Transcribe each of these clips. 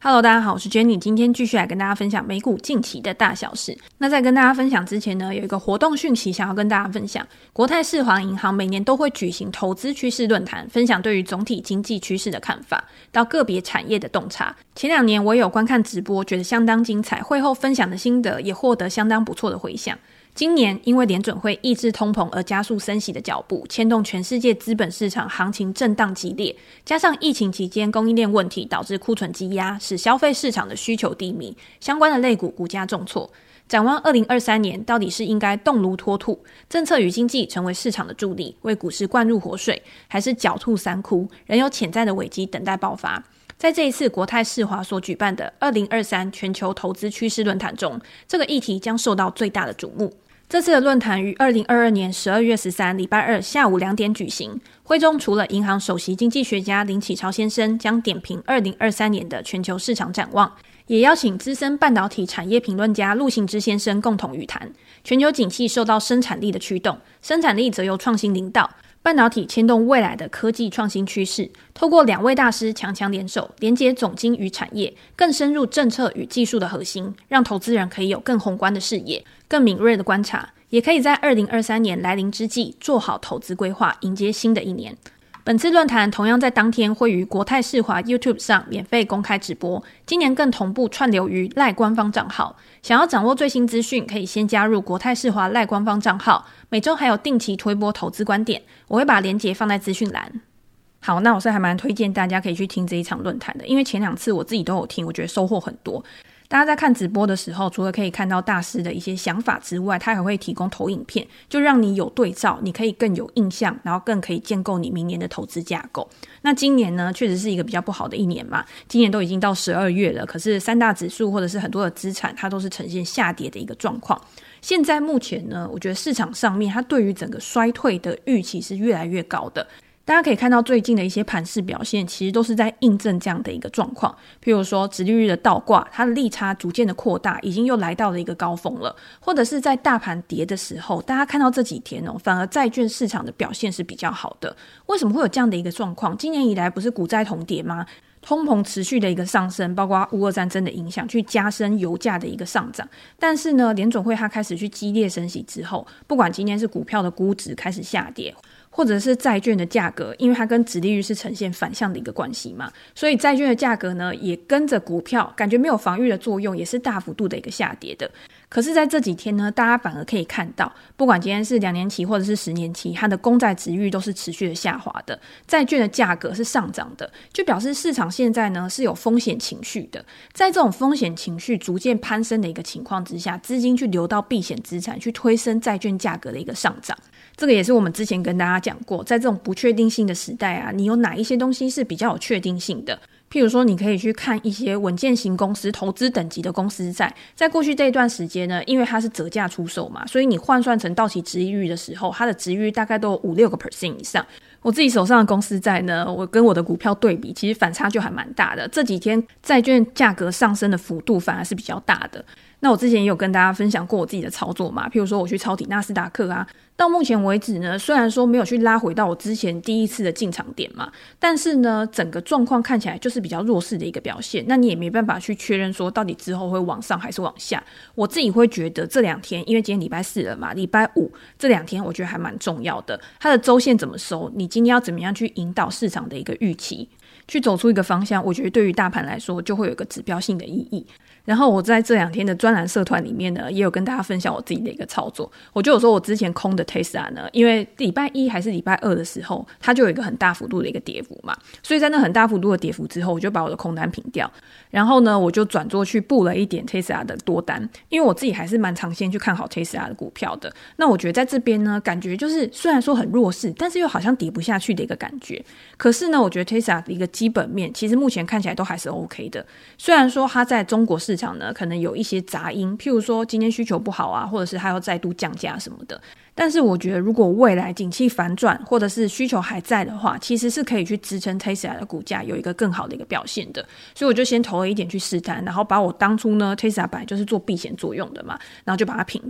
Hello， 大家好，我是 Jenny， 今天继续来跟大家分享美股近期的大小事。那在跟大家分享之前呢，有一个活动讯息想要跟大家分享。国泰世华银行每年都会举行投资趋势论坛，分享对于总体经济趋势的看法，到个别产业的洞察。前2年我也有观看直播，觉得相当精彩，会后分享的心得也获得相当不错的回响。今年因为联准会抑制通膨而加速升息的脚步，牵动全世界资本市场行情震荡激烈，加上疫情期间供应链问题导致库存积压，使消费市场的需求低迷，相关的类股股价重挫。展望2023年，到底是应该动如脱兔，政策与经济成为市场的助力，为股市灌入活水，还是狡兔三窟，仍有潜在的危机等待爆发？在这一次国泰世华所举办的2023全球投资趋势论坛中，这个议题将受到最大的瞩目。这次的论坛于2022年12月13礼拜二下午2点举行，会中除了银行首席经济学家林启超先生将点评2023年的全球市场展望，也邀请资深半导体产业评论家陆行之先生共同语谈。全球景气受到生产力的驱动，生产力则由创新领导，半导体牵动未来的科技创新趋势，透过2位大师强强联手，连接总经与产业，更深入政策与技术的核心，让投资人可以有更宏观的视野，更敏锐的观察，也可以在2023年来临之际做好投资规划，迎接新的一年。本次论坛同样在当天会于国泰世华 YouTube 上免费公开直播，今年更同步串流于 LINE 官方账号。想要掌握最新资讯，可以先加入国泰世华 LINE 官方账号，每周还有定期推播投资观点，我会把连结放在资讯栏。好，那我是还蛮推荐大家可以去听这一场论坛的，因为前2次我自己都有听，我觉得收获很多。大家在看直播的时候，除了可以看到大师的一些想法之外，他还会提供投影片，就让你有对照，你可以更有印象，然后更可以建构你明年的投资架构。那今年呢，确实是一个比较不好的一年嘛，今年都已经到12月了，可是3大指数或者是很多的资产，它都是呈现下跌的一个状况。现在目前呢，我觉得市场上面它对于整个衰退的预期是越来越高的。大家可以看到最近的一些盘势表现，其实都是在印证这样的一个状况。譬如说殖利率的倒挂，它的利差逐渐的扩大，已经又来到了一个高峰了。或者是在大盘跌的时候，大家看到这几天反而债券市场的表现是比较好的。为什么会有这样的一个状况？今年以来不是股债同跌吗？通膨持续的一个上升，包括乌俄战争的影响，去加深油价的一个上涨。但是呢，联准会它开始去激烈升息之后，不管今天是股票的估值开始下跌，或者是债券的价格，因为它跟殖利率是呈现反向的一个关系嘛，所以债券的价格呢也跟着股票感觉没有防御的作用，也是大幅度的一个下跌的。可是在这几天呢，大家反而可以看到，不管今天是2年期或者是10年期，它的公债殖利率都是持续的下滑的，债券的价格是上涨的，就表示市场现在呢是有风险情绪的。在这种风险情绪逐渐攀升的一个情况之下，资金去流到避险资产，去推升债券价格的一个上涨。这个也是我们之前跟大家讲过，在这种不确定性的时代啊，你有哪一些东西是比较有确定性的？譬如说你可以去看一些稳健型公司投资等级的公司债，在过去这一段时间呢，因为它是折价出售嘛，所以你换算成到期殖利率的时候，它的殖利率大概都有 5-6% 以上。我自己手上的公司债呢，我跟我的股票对比，其实反差就还蛮大的。这几天债券价格上升的幅度反而是比较大的。那我之前也有跟大家分享过我自己的操作嘛，譬如说我去抄底纳斯达克啊，到目前为止呢，虽然说没有去拉回到我之前第一次的进场点嘛，但是呢，整个状况看起来就是比较弱势的一个表现。那你也没办法去确认说到底之后会往上还是往下。我自己会觉得这2天，因为今天礼拜4了嘛，礼拜5这2天我觉得还蛮重要的。它的周线怎么收，你今天要怎么样去引导市场的一个预期，去走出一个方向，我觉得对于大盘来说就会有一个指标性的意义。然后我在这2天的专栏社团里面呢，也有跟大家分享我自己的一个操作。我就有说我之前空的 Tesla 呢，因为礼拜1还是礼拜2的时候，它就有一个很大幅度的一个跌幅嘛，所以在那很大幅度的跌幅之后，我就把我的空单平掉。然后呢，我就转做去布了一点 Tesla 的多单，因为我自己还是蛮长线去看好 Tesla 的股票的。那我觉得在这边呢，感觉就是虽然说很弱势，但是又好像跌不下去的一个感觉。可是呢，我觉得 Tesla 的一个基本面其实目前看起来都还是 OK 的。虽然说它在中国市场呢可能有一些杂音，譬如说今天需求不好啊，或者是它要再度降价什么的，但是我觉得如果未来景气反转或者是需求还在的话，其实是可以去支撑 Tesla 的股价有一个更好的一个表现的。所以我就先投了一点去试单，然后把我当初呢 Tesla 本来就是做避险作用的嘛，然后就把它平掉。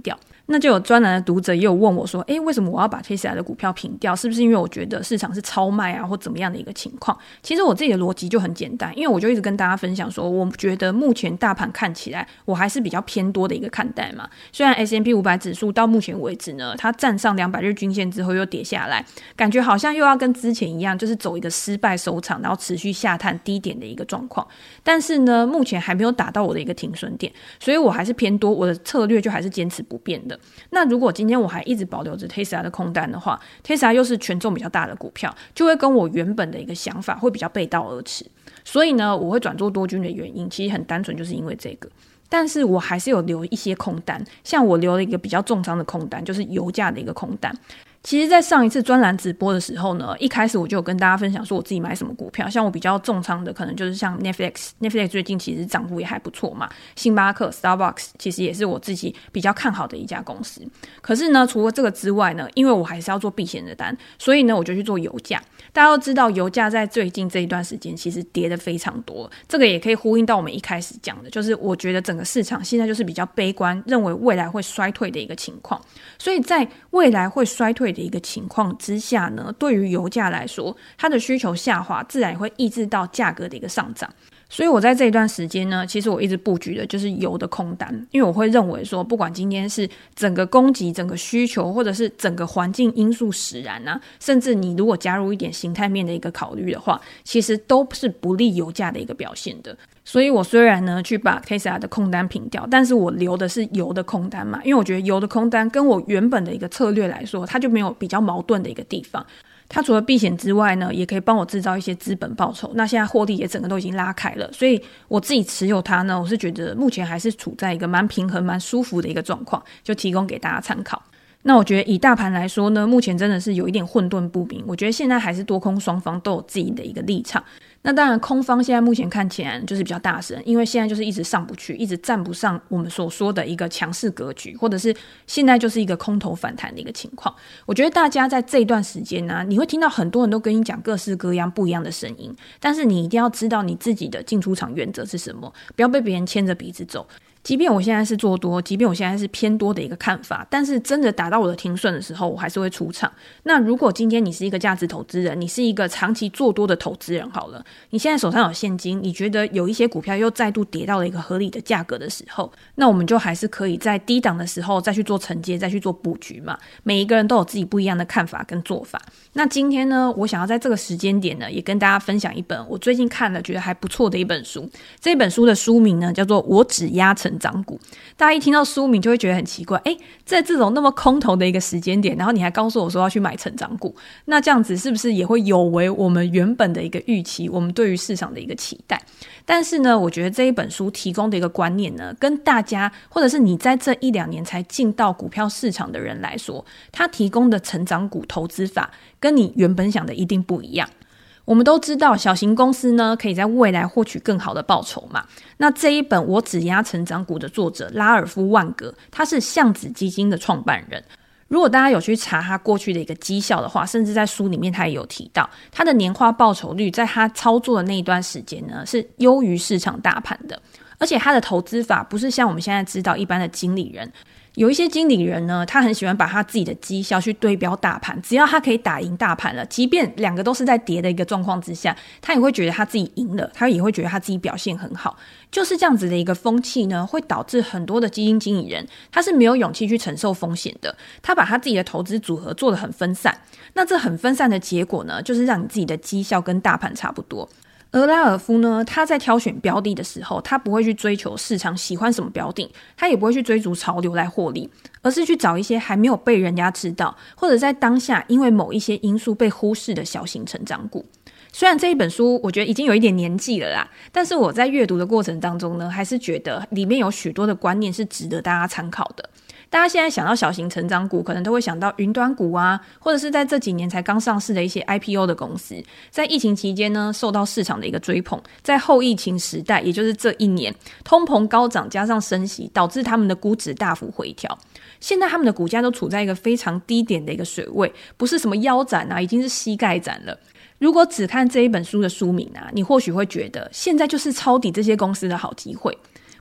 那就有专栏的读者也有问我说，为什么我要把 Tesla 的股票平掉？是不是因为我觉得市场是超卖啊，或怎么样的一个情况？其实我自己的逻辑就很简单，因为我就一直跟大家分享说，我觉得目前大盘看起来我还是比较偏多的一个看待嘛。虽然 S&P 500指数到目前为止呢，它站上200日均线之后又跌下来，感觉好像又要跟之前一样，就是走一个失败收场，然后持续下探低点的一个状况。但是呢，目前还没有打到我的一个停损点，所以我还是偏多，我的策略就还是坚持不变的。那如果今天我还一直保留着 Tesla 的空单的话， Tesla 又是权重比较大的股票，就会跟我原本的一个想法会比较背道而驰。所以呢，我会转做多军的原因其实很单纯，就是因为这个。但是我还是有留一些空单，像我留了一个比较重仓的空单，就是油价的一个空单。其实在上一次专栏直播的时候呢，一开始我就有跟大家分享说我自己买什么股票，像我比较重仓的可能就是像 Netflix 最近其实涨幅也还不错嘛，星巴克 Starbucks 其实也是我自己比较看好的一家公司。可是呢，除了这个之外呢，因为我还是要做避险的单，所以呢我就去做油价。大家都知道油价在最近这一段时间其实跌得非常多，这个也可以呼应到我们一开始讲的，就是我觉得整个市场现在就是比较悲观，认为未来会衰退的一个情况。所以在未来会衰退的一个情况之下呢，对于油价来说，它的需求下滑自然会抑制到价格的一个上涨。所以我在这一段时间呢，其实我一直布局的就是油的空单，因为我会认为说，不管今天是整个供给、整个需求，或者是整个环境因素使然啊，甚至你如果加入一点形态面的一个考虑的话，其实都是不利油价的一个表现的。所以我虽然呢去把 Tesla 的空单平掉，但是我留的是油的空单嘛，因为我觉得油的空单跟我原本的一个策略来说，它就没有比较矛盾的一个地方。它除了避险之外呢，也可以帮我制造一些资本报酬，那现在获利也整个都已经拉开了，所以我自己持有它呢，我是觉得目前还是处在一个蛮平衡蛮舒服的一个状况，就提供给大家参考。那我觉得以大盘来说呢，目前真的是有一点混沌不明，我觉得现在还是多空双方都有自己的一个立场。那当然空方现在目前看起来就是比较大声，因为现在就是一直上不去，一直站不上我们所说的一个强势格局，或者是现在就是一个空头反弹的一个情况。我觉得大家在这一段时间呢，你会听到很多人都跟你讲各式各样不一样的声音，但是你一定要知道你自己的进出场原则是什么，不要被别人牵着鼻子走。即便我现在是做多，即便我现在是偏多的一个看法，但是真的打到我的停损的时候，我还是会出场。那如果今天你是一个价值投资人，你是一个长期做多的投资人好了，你现在手上有现金，你觉得有一些股票又再度跌到了一个合理的价格的时候，那我们就还是可以在低档的时候再去做承接，再去做布局嘛。每一个人都有自己不一样的看法跟做法。那今天呢，我想要在这个时间点呢，也跟大家分享一本我最近看了觉得还不错的一本书。这本书的书名呢叫做《我只压成长股》。大家一听到书名就会觉得很奇怪，在这种那么空头的一个时间点，然后你还告诉我说要去买成长股，那这样子是不是也会有违我们原本的一个预期，我们对于市场的一个期待？但是呢，我觉得这一本书提供的一个观念呢，跟大家或者是你在这1-2年才进到股票市场的人来说，他提供的成长股投资法跟你原本想的一定不一样。我们都知道小型公司呢可以在未来获取更好的报酬嘛。那这一本我只压成长股的作者拉尔夫·万格，他是橡子基金的创办人。如果大家有去查他过去的一个绩效的话，甚至在书里面他也有提到，他的年化报酬率在他操作的那一段时间呢是优于市场大盘的。而且他的投资法不是像我们现在知道一般的经理人，有一些经理人呢，他很喜欢把他自己的绩效去对标大盘，只要他可以打赢大盘了，即便两个都是在跌的一个状况之下，他也会觉得他自己赢了，他也会觉得他自己表现很好。就是这样子的一个风气呢，会导致很多的基金经理人他是没有勇气去承受风险的，他把他自己的投资组合做得很分散。那这很分散的结果呢，就是让你自己的绩效跟大盘差不多。而拉尔夫呢，他在挑选标的的时候，他不会去追求市场喜欢什么标的，他也不会去追逐潮流来获利，而是去找一些还没有被人家知道，或者在当下因为某一些因素被忽视的小型成长股。虽然这一本书我觉得已经有一点年纪了啦，但是我在阅读的过程当中呢，还是觉得里面有许多的观念是值得大家参考的。大家现在想到小型成长股，可能都会想到云端股啊，或者是在这几年才刚上市的一些 IPO 的公司，在疫情期间呢，受到市场的一个追捧，在后疫情时代，也就是这一年，通膨高涨加上升息，导致他们的估值大幅回调。现在他们的股价都处在一个非常低点的一个水位，不是什么腰斩啊，已经是膝盖斩了。如果只看这一本书的书名啊，你或许会觉得现在就是抄底这些公司的好机会。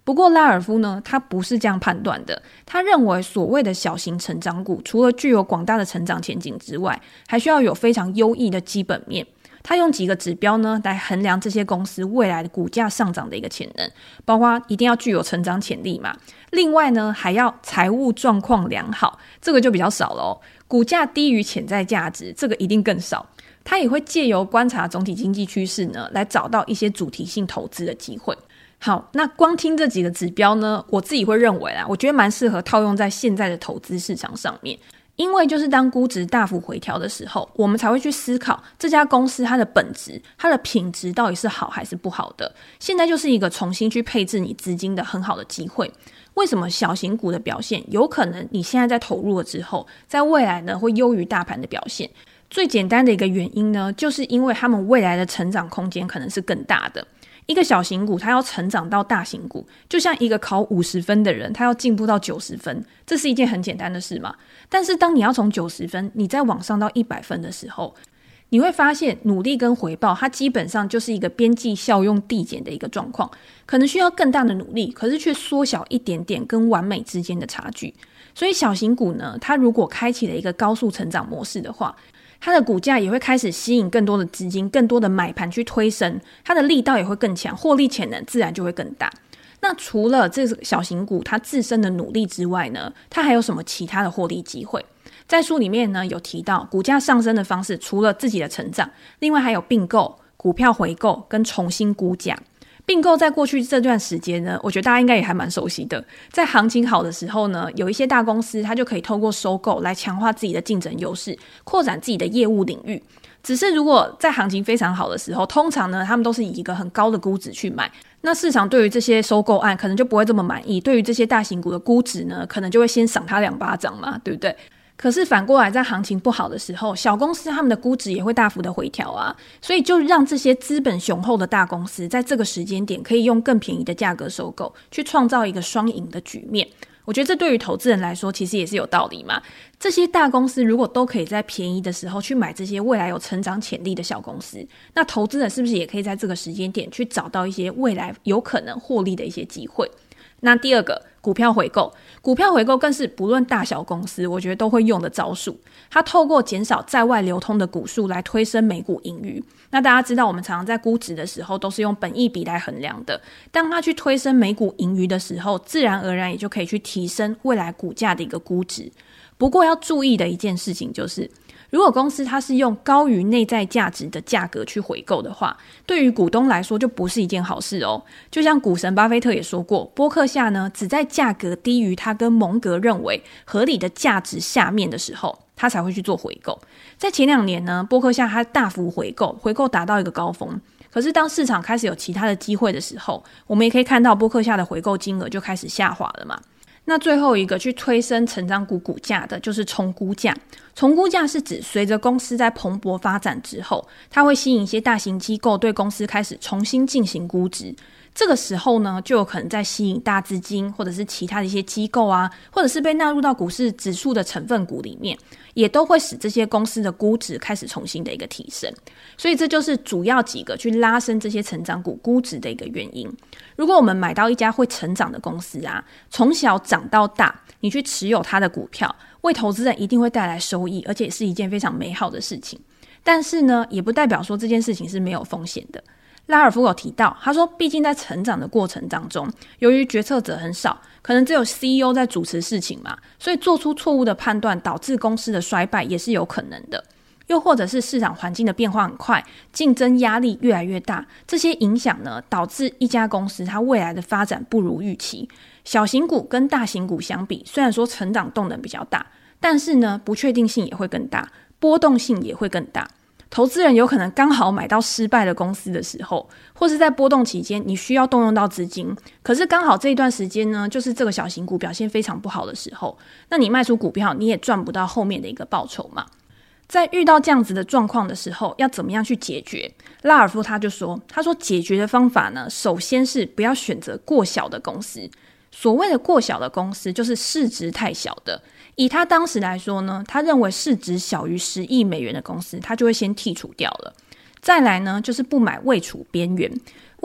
不过拉尔夫呢，他不是这样判断的。他认为所谓的小型成长股，除了具有广大的成长前景之外，还需要有非常优异的基本面。他用几个指标呢来衡量这些公司未来的股价上涨的一个潜能，包括一定要具有成长潜力嘛，另外呢还要财务状况良好，这个就比较少了哦。股价低于潜在价值，这个一定更少。他也会借由观察总体经济趋势呢，来找到一些主题性投资的机会。好，那光听这几个指标呢，我自己会认为我觉得蛮适合套用在现在的投资市场上面。因为就是当估值大幅回调的时候，我们才会去思考这家公司它的本质、它的品质到底是好还是不好的。现在就是一个重新去配置你资金的很好的机会。为什么小型股的表现有可能你现在在投入了之后，在未来呢会优于大盘的表现？最简单的一个原因呢，就是因为他们未来的成长空间可能是更大的。一个小型股它要成长到大型股，就像一个考50分的人他要进步到90分，这是一件很简单的事嘛。但是当你要从90分你再往上到100分的时候，你会发现努力跟回报它基本上就是一个边际效用递减的一个状况，可能需要更大的努力，可是却缩小一点点跟完美之间的差距。所以小型股呢，它如果开启了一个高速成长模式的话，它的股价也会开始吸引更多的资金，更多的买盘去推升，它的力道也会更强，获利潜能自然就会更大。那除了这个小型股它自身的努力之外呢，它还有什么其他的获利机会？在书里面呢有提到，股价上升的方式除了自己的成长，另外还有并购、股票回购跟重新估价。并购在过去这段时间呢，我觉得大家应该也还蛮熟悉的。在行情好的时候呢，有一些大公司它就可以透过收购来强化自己的竞争优势，扩展自己的业务领域。只是如果在行情非常好的时候，通常呢他们都是以一个很高的估值去买，那市场对于这些收购案可能就不会这么满意，对于这些大型股的估值呢，可能就会先赏他2巴掌嘛，对不对？可是反过来，在行情不好的时候，小公司他们的估值也会大幅的回调啊，所以就让这些资本雄厚的大公司在这个时间点可以用更便宜的价格收购，去创造一个双赢的局面。我觉得这对于投资人来说其实也是有道理嘛。这些大公司如果都可以在便宜的时候去买这些未来有成长潜力的小公司，那投资人是不是也可以在这个时间点去找到一些未来有可能获利的一些机会？那第二个，股票回购。股票回购更是不论大小公司我觉得都会用的招数，它透过减少在外流通的股数来推升每股盈余。那大家知道我们常常在估值的时候都是用本益比来衡量的，当它去推升每股盈余的时候，自然而然也就可以去提升未来股价的一个估值。不过要注意的一件事情就是，如果公司它是用高于内在价值的价格去回购的话，对于股东来说就不是一件好事哦。就像股神巴菲特也说过，波克夏呢只在价格低于他跟蒙格认为合理的价值下面的时候，他才会去做回购。在前2年呢，波克夏他大幅回购达到一个高峰，可是当市场开始有其他的机会的时候，我们也可以看到波克夏的回购金额就开始下滑了嘛。那最后一个去推升成长股股价的就是重估价。重估价是指随着公司在蓬勃发展之后，它会吸引一些大型机构对公司开始重新进行估值。这个时候呢，就有可能在吸引大资金或者是其他的一些机构啊，或者是被纳入到股市指数的成分股里面，也都会使这些公司的估值开始重新的一个提升。所以这就是主要几个去拉升这些成长股估值的一个原因。如果我们买到一家会成长的公司啊，从小长到大，你去持有它的股票，为投资人一定会带来收益，而且是一件非常美好的事情。但是呢，也不代表说这件事情是没有风险的。拉尔夫有提到，他说毕竟在成长的过程当中，由于决策者很少，可能只有 CEO 在主持事情嘛，所以做出错误的判断导致公司的衰败也是有可能的。又或者是市场环境的变化很快，竞争压力越来越大，这些影响呢，导致一家公司它未来的发展不如预期。小型股跟大型股相比，虽然说成长动能比较大，但是呢，不确定性也会更大，波动性也会更大。投资人有可能刚好买到失败的公司的时候，或是在波动期间你需要动用到资金，可是刚好这一段时间呢，就是这个小型股表现非常不好的时候，那你卖出股票你也赚不到后面的一个报酬嘛。在遇到这样子的状况的时候，要怎么样去解决？拉尔夫他说解决的方法呢，首先是不要选择过小的公司。所谓的过小的公司，就是市值太小的。以他当时来说呢，他认为市值小于10亿美元的公司，他就会先剔除掉了。再来呢，就是不买位处边缘。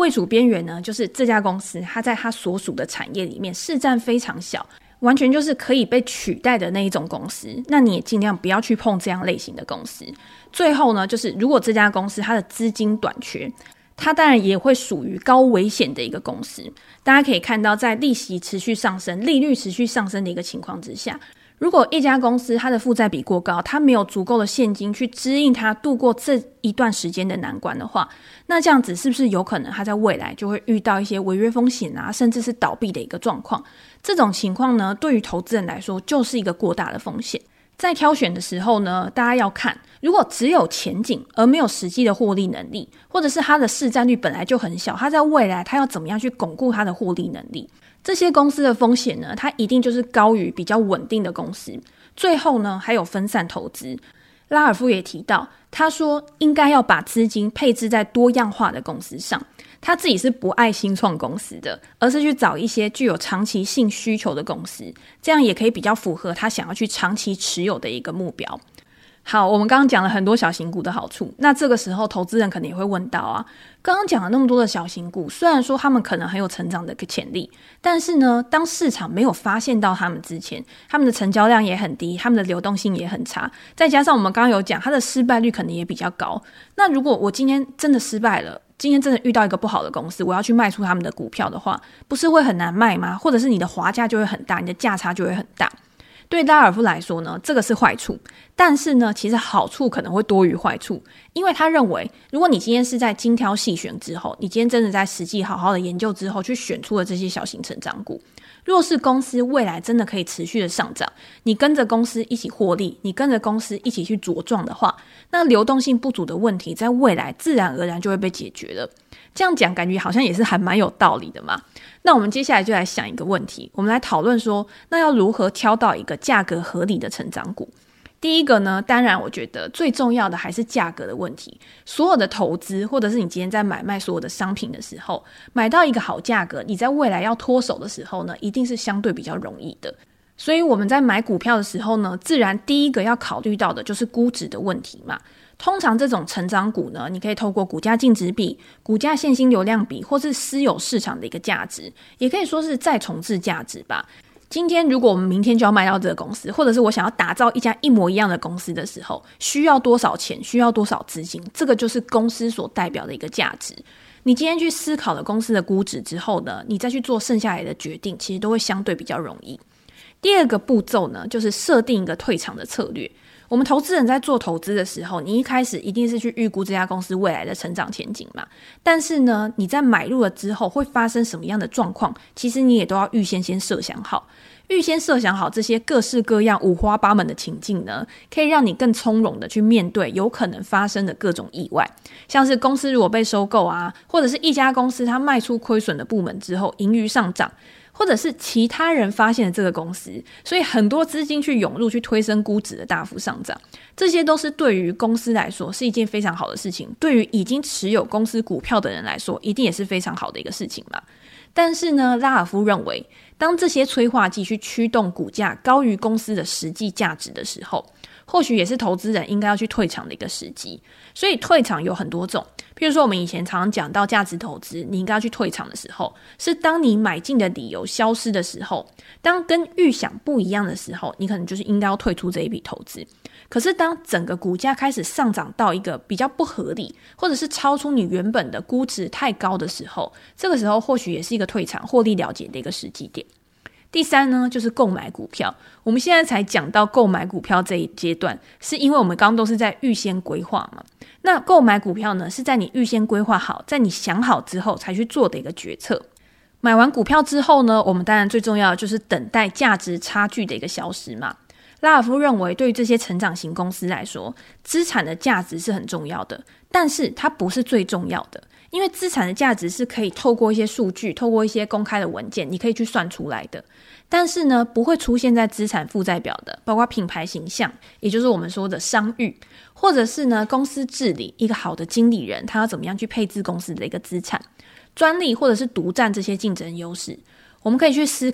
位处边缘呢，就是这家公司它在它所属的产业里面市占非常小，完全就是可以被取代的那一种公司，那你也尽量不要去碰这样类型的公司。最后呢，就是如果这家公司它的资金短缺，它当然也会属于高危险的一个公司。大家可以看到，在利息持续上升、利率持续上升的一个情况之下，如果一家公司它的负债比过高，它没有足够的现金去支应它度过这一段时间的难关的话，那这样子是不是有可能它在未来就会遇到一些违约风险啊，甚至是倒闭的一个状况？这种情况呢，对于投资人来说就是一个过大的风险。在挑选的时候呢，大家要看，如果只有前景而没有实际的获利能力，或者是它的市占率本来就很小，它在未来它要怎么样去巩固它的获利能力，这些公司的风险呢，它一定就是高于比较稳定的公司。最后呢，还有分散投资。拉尔夫也提到，他说应该要把资金配置在多样化的公司上。他自己是不爱新创公司的，而是去找一些具有长期性需求的公司，这样也可以比较符合他想要去长期持有的一个目标。好，我们刚刚讲了很多小型股的好处，那这个时候投资人可能也会问到啊，刚刚讲了那么多的小型股，虽然说他们可能很有成长的潜力，但是呢，当市场没有发现到他们之前，他们的成交量也很低，他们的流动性也很差，再加上我们刚刚有讲，它的失败率可能也比较高。那如果我今天真的失败了，今天真的遇到一个不好的公司，我要去卖出他们的股票的话，不是会很难卖吗？或者是你的滑价就会很大，你的价差就会很大。对拉尔夫来说呢，这个是坏处，但是呢，其实好处可能会多于坏处，因为他认为，如果你今天是在精挑细选之后，你今天真的在实际好好的研究之后，去选出了这些小型成长股，若是公司未来真的可以持续的上涨，你跟着公司一起获利，你跟着公司一起去茁壮的话，那流动性不足的问题在未来自然而然就会被解决了。这样讲感觉好像也是还蛮有道理的嘛。那我们接下来就来想一个问题，我们来讨论说，那要如何挑到一个价格合理的成长股？第一个呢，当然我觉得最重要的还是价格的问题。所有的投资或者是你今天在买卖所有的商品的时候，买到一个好价格，你在未来要脱手的时候呢，一定是相对比较容易的。所以我们在买股票的时候呢，自然第一个要考虑到的就是估值的问题嘛。通常这种成长股呢，你可以透过股价净值比、股价现金流量比，或是私有市场的一个价值，也可以说是再重置价值吧。今天如果我们明天就要卖到这个公司，或者是我想要打造一家一模一样的公司的时候，需要多少钱，需要多少资金，这个就是公司所代表的一个价值。你今天去思考了公司的估值之后呢，你再去做剩下来的决定，其实都会相对比较容易。第二个步骤呢，就是设定一个退场的策略。我们投资人在做投资的时候，你一开始一定是去预估这家公司未来的成长前景嘛。但是呢，你在买入了之后会发生什么样的状况，其实你也都要预先设想好。预先设想好这些各式各样五花八门的情境呢，可以让你更从容的去面对有可能发生的各种意外。像是公司如果被收购啊，或者是一家公司它卖出亏损的部门之后盈余上涨，或者是其他人发现了这个公司，所以很多资金去涌入去推升估值的大幅上涨，这些都是对于公司来说是一件非常好的事情，对于已经持有公司股票的人来说一定也是非常好的一个事情嘛。但是呢，拉尔夫认为当这些催化剂去驱动股价高于公司的实际价值的时候，或许也是投资人应该要去退场的一个时机。所以退场有很多种，譬如说我们以前常常讲到价值投资，你应该要去退场的时候，是当你买进的理由消失的时候，当跟预想不一样的时候，你可能就是应该要退出这一笔投资。可是当整个股价开始上涨到一个比较不合理，或者是超出你原本的估值太高的时候，这个时候或许也是一个退场获利了结的一个时机点。第三呢，就是购买股票。我们现在才讲到购买股票这一阶段，是因为我们刚刚都是在预先规划嘛。那购买股票呢，是在你预先规划好，在你想好之后才去做的一个决策。买完股票之后呢，我们当然最重要的就是等待价值差距的一个消失嘛。拉尔夫认为，对于这些成长型公司来说，资产的价值是很重要的，但是它不是最重要的。因为资产的价值是可以透过一些数据，透过一些公开的文件，你可以去算出来的。但是呢，不会出现在资产负债表的，包括品牌形象，也就是我们说的商誉，或者是呢公司治理，一个好的经理人他要怎么样去配置公司的一个资产、专利或者是独占这些竞争优势。我们可以去思考，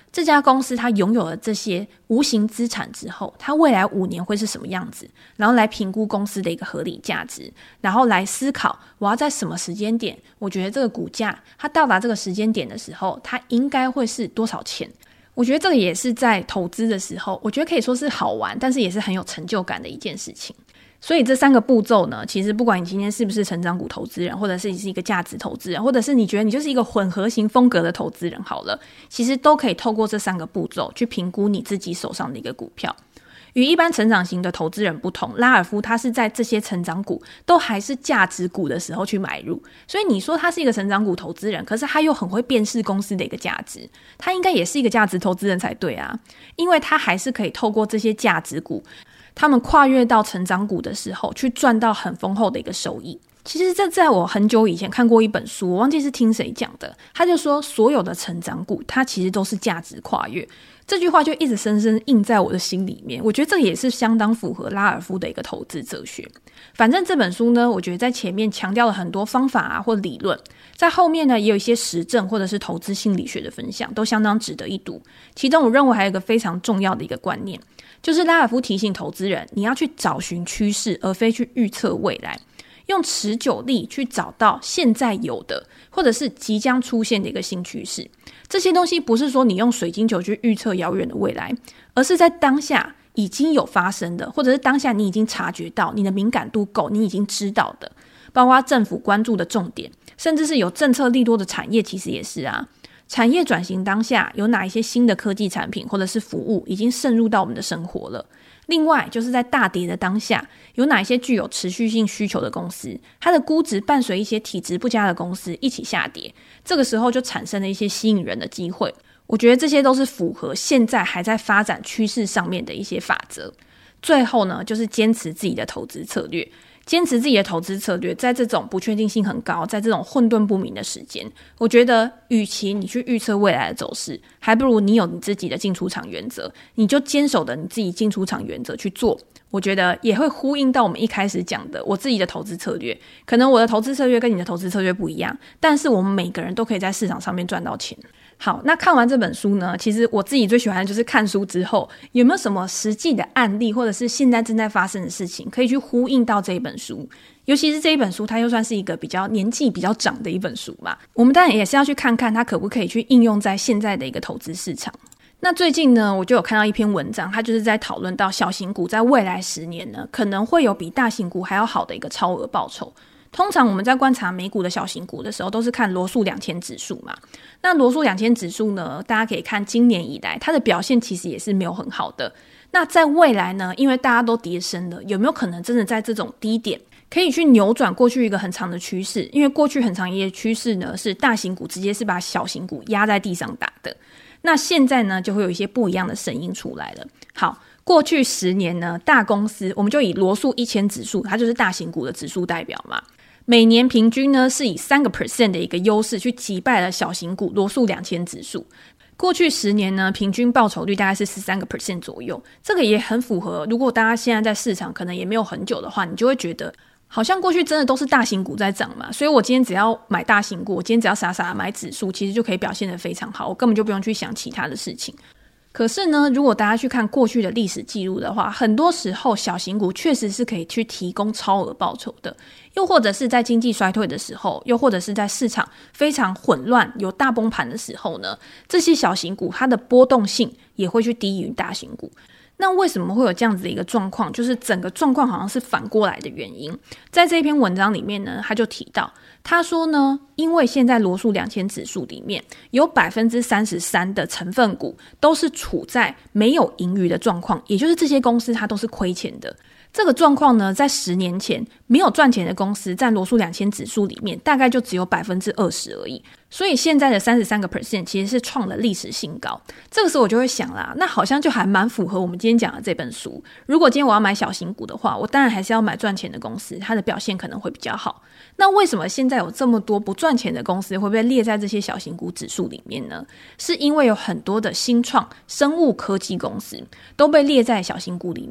这家公司它拥有了这些无形资产之后，它未来5年会是什么样子，然后来评估公司的一个合理价值，然后来思考我要在什么时间点，我觉得这个股价它到达这个时间点的时候，它应该会是多少钱。我觉得这个也是在投资的时候，我觉得可以说是好玩，但是也是很有成就感的一件事情。所以这3个步骤呢，其实不管你今天是不是成长股投资人，或者是你是一个价值投资人，或者是你觉得你就是一个混合型风格的投资人好了，其实都可以透过这3个步骤去评估你自己手上的一个股票。与一般成长型的投资人不同，拉尔夫他是在这些成长股都还是价值股的时候去买入，所以你说他是一个成长股投资人，可是他又很会辨识公司的一个价值，他应该也是一个价值投资人才对啊，因为他还是可以透过这些价值股他们跨越到成长股的时候去赚到很丰厚的一个收益。其实这在我很久以前看过一本书，我忘记是听谁讲的，他就说所有的成长股它其实都是价值跨越，这句话就一直深深印在我的心里面。我觉得这也是相当符合拉尔夫的一个投资哲学。反正这本书呢，我觉得在前面强调了很多方法啊或理论，在后面呢也有一些实证或者是投资心理学的分享，都相当值得一读。其中我认为还有一个非常重要的一个观念，就是拉尔夫提醒投资人，你要去找寻趋势，而非去预测未来，用持久力去找到现在有的或者是即将出现的一个新趋势。这些东西不是说你用水晶球去预测遥远的未来，而是在当下已经有发生的，或者是当下你已经察觉到，你的敏感度够，你已经知道的，包括政府关注的重点，甚至是有政策利多的产业，其实也是啊。产业转型当下有哪一些新的科技产品或者是服务已经渗入到我们的生活了。另外就是在大跌的当下，有哪一些具有持续性需求的公司，它的估值伴随一些体质不佳的公司一起下跌，这个时候就产生了一些吸引人的机会。我觉得这些都是符合现在还在发展趋势上面的一些法则。最后呢，就是坚持自己的投资策略。坚持自己的投资策略，在这种不确定性很高，在这种混沌不明的时间，我觉得与其你去预测未来的走势，还不如你有你自己的进出场原则，你就坚守的你自己进出场原则去做。我觉得也会呼应到我们一开始讲的我自己的投资策略，可能我的投资策略跟你的投资策略不一样，但是我们每个人都可以在市场上面赚到钱。好，那看完这本书呢，其实我自己最喜欢的就是看书之后有没有什么实际的案例，或者是现在正在发生的事情可以去呼应到这一本书。尤其是这一本书它又算是一个比较年纪比较长的一本书嘛，我们当然也是要去看看它可不可以去应用在现在的一个投资市场。那最近呢，我就有看到一篇文章，它就是在讨论到小型股在未来10年呢，可能会有比大型股还要好的一个超额报酬。通常我们在观察美股的小型股的时候，都是看罗素2000指数嘛。那罗素2000指数呢，大家可以看今年以来它的表现其实也是没有很好的。那在未来呢，因为大家都跌深了，有没有可能真的在这种低点可以去扭转过去一个很长的趋势？因为过去很长一个趋势呢，是大型股直接是把小型股压在地上打的。那现在呢，就会有一些不一样的声音出来了。好，过去10年呢，大公司我们就以罗素1000指数，它就是大型股的指数代表嘛，每年平均呢是以3% 的一个优势去击败了小型股罗素2000指数。过去10年呢，平均报酬率大概是13% 左右，这个也很符合。如果大家现在在市场可能也没有很久的话，你就会觉得好像过去真的都是大型股在涨嘛，所以我今天只要买大型股，我今天只要傻傻买指数，其实就可以表现得非常好，我根本就不用去想其他的事情。可是呢，如果大家去看过去的历史记录的话，很多时候小型股确实是可以去提供超额报酬的，又或者是在经济衰退的时候，又或者是在市场非常混乱有大崩盘的时候呢，这些小型股它的波动性也会去低于大型股。那为什么会有这样子的一个状况，就是整个状况好像是反过来的原因？在这篇文章里面呢，他就提到，他说呢，因为现在罗素2000指数里面有 33% 的成分股都是处在没有盈余的状况，也就是这些公司它都是亏钱的。这个状况呢，在10年前没有赚钱的公司占罗素2000指数里面大概就只有 20% 而已，所以现在的 33% 其实是创了历史新高。这个时候我就会想啦，那好像就还蛮符合我们今天讲的这本书。如果今天我要买小型股的话，我当然还是要买赚钱的公司，它的表现可能会比较好。那为什么现在有这么多不赚钱的公司会被列在这些小型股指数里面呢？是因为有很多的新创生物科技公司都被列在小型股里面。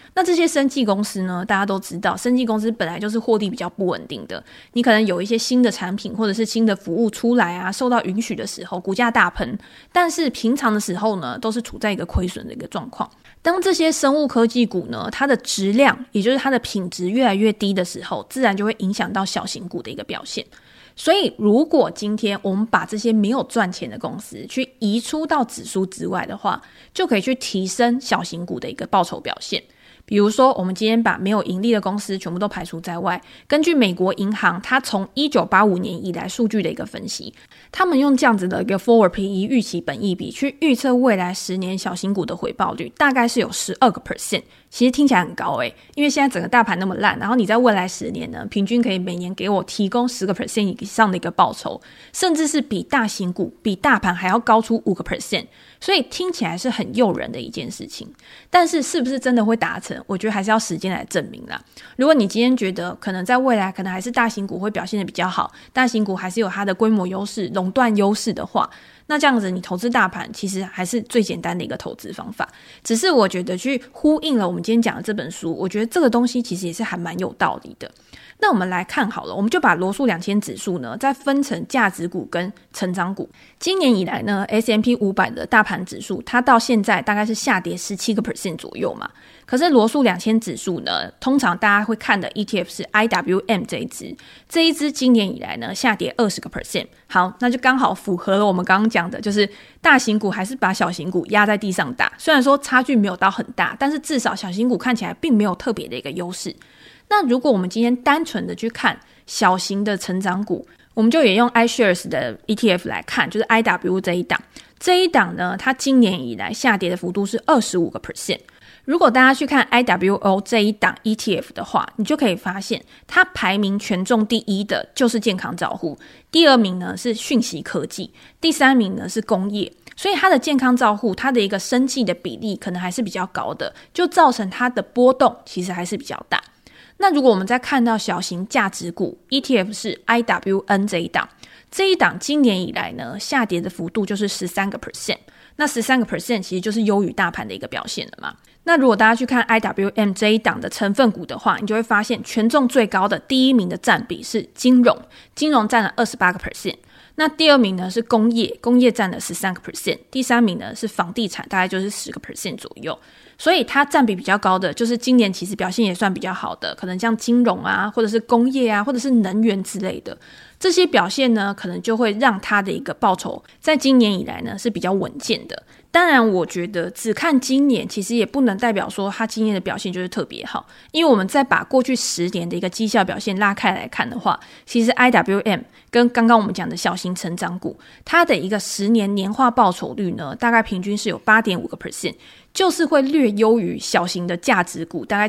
那这些生技公司呢，大家都知道，生技公司本来就是获利比较不稳定的，你可能有一些新的产品或者是新的服务出来啊，受到允许的时候股价大喷，但是平常的时候呢，都是处在一个亏损的一个状况。当这些生物科技股呢，它的质量也就是它的品质越来越低的时候，自然就会影响到小型股的一个表现。所以如果今天我们把这些没有赚钱的公司去移出到指数之外的话，就可以去提升小型股的一个报酬表现。比如说我们今天把没有盈利的公司全部都排除在外，根据美国银行它从1985年以来数据的一个分析，他们用这样子的一个 forward PE 预期本益比去预测未来10年小型股的回报率，大概是有 12%， 其实听起来很高因为现在整个大盘那么烂，然后你在未来10年呢，平均可以每年给我提供 10% 以上的一个报酬，甚至是比大型股比大盘还要高出 5%， 所以听起来是很诱人的一件事情。但是是不是真的会达成，我觉得还是要时间来证明啦。如果你今天觉得可能在未来可能还是大型股会表现得比较好，大型股还是有它的规模优势垄断优势的话，那这样子你投资大盘其实还是最简单的一个投资方法。只是我觉得去呼应了我们今天讲的这本书，我觉得这个东西其实也是还蛮有道理的。那我们来看好了，我们就把罗素2000指数呢再分成价值股跟成长股。今年以来呢 S&P 500的大盘指数它到现在大概是下跌 17% 左右嘛，可是罗素2000指数呢，通常大家会看的 ETF 是 IWM 这一支今年以来呢下跌 20%。 好，那就刚好符合了我们刚刚讲的，就是大型股还是把小型股压在地上打，虽然说差距没有到很大，但是至少小型股看起来并没有特别的一个优势。那如果我们今天单纯的去看小型的成长股，我们就也用 iShares 的 ETF 来看，就是 IW 这一档呢，它今年以来下跌的幅度是 25%。 如果大家去看 IWO 这一档 ETF 的话，你就可以发现它排名权重第一的就是健康照护，第二名呢是讯息科技，第三名呢是工业。所以它的健康照护，它的一个生技的比例可能还是比较高的，就造成它的波动其实还是比较大。那如果我们再看到小型价值股 ETF 是 IWN 这一档今年以来呢下跌的幅度就是 13%， 那 13% 其实就是优于大盘的一个表现了嘛。那如果大家去看 IWM 这一档的成分股的话，你就会发现权重最高的第一名的占比是金融占了 28%， 那第二名呢是工业占了 13%， 第三名呢是房地产，大概就是 10% 左右。所以它占比比较高的就是今年其实表现也算比较好的，可能像金融啊，或者是工业啊，或者是能源之类的，这些表现呢可能就会让它的一个报酬在今年以来呢是比较稳健的。当然我觉得只看今年其实也不能代表说它今年的表现就是特别好，因为我们再把过去10年的一个绩效表现拉开来看的话，其实 IWM 跟刚刚我们讲的小型成长股，它的一个10年年化报酬率呢大概平均是有 8.5%， 就是会略优于小型的价值股，大概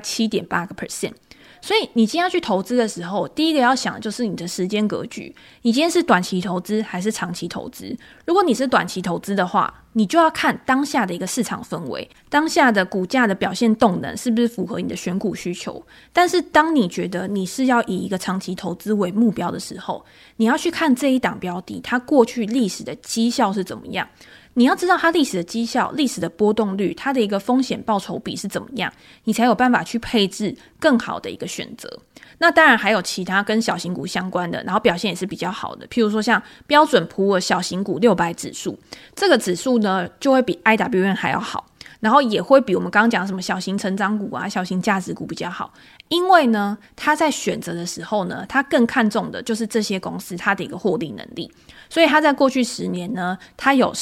7.8%。所以你今天要去投资的时候，第一个要想的就是你的时间格局，你今天是短期投资还是长期投资。如果你是短期投资的话，你就要看当下的一个市场氛围，当下的股价的表现动能是不是符合你的选股需求。但是当你觉得你是要以一个长期投资为目标的时候，你要去看这一档标的它过去历史的绩效是怎么样，你要知道它历史的绩效、历史的波动率，它的一个风险报酬比是怎么样，你才有办法去配置更好的一个选择。那当然还有其他跟小型股相关的，然后表现也是比较好的，譬如说像标准普尔小型股600指数，这个指数呢就会比 IWM 还要好，然后也会比我们刚刚讲什么小型成长股啊、小型价值股比较好。因为呢他在选择的时候呢，他更看重的就是这些公司它的一个获利能力，所以他在过去10年呢，他有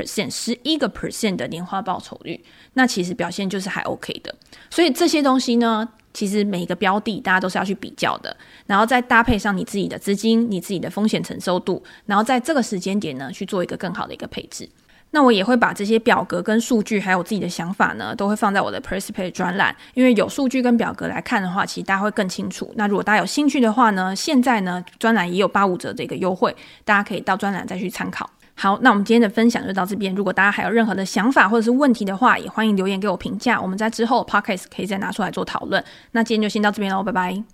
10%、11% 的年化报酬率，那其实表现就是还 OK 的。所以这些东西呢，其实每一个标的大家都是要去比较的，然后再搭配上你自己的资金、你自己的风险承受度，然后在这个时间点呢去做一个更好的一个配置。那我也会把这些表格跟数据还有自己的想法呢都会放在我的 Participate 专栏，因为有数据跟表格来看的话，其实大家会更清楚。那如果大家有兴趣的话呢，现在呢专栏也有85折的一个优惠，大家可以到专栏再去参考。好，那我们今天的分享就到这边，如果大家还有任何的想法或者是问题的话，也欢迎留言给我评价，我们在之后 Podcast 可以再拿出来做讨论。那今天就先到这边咯，拜拜。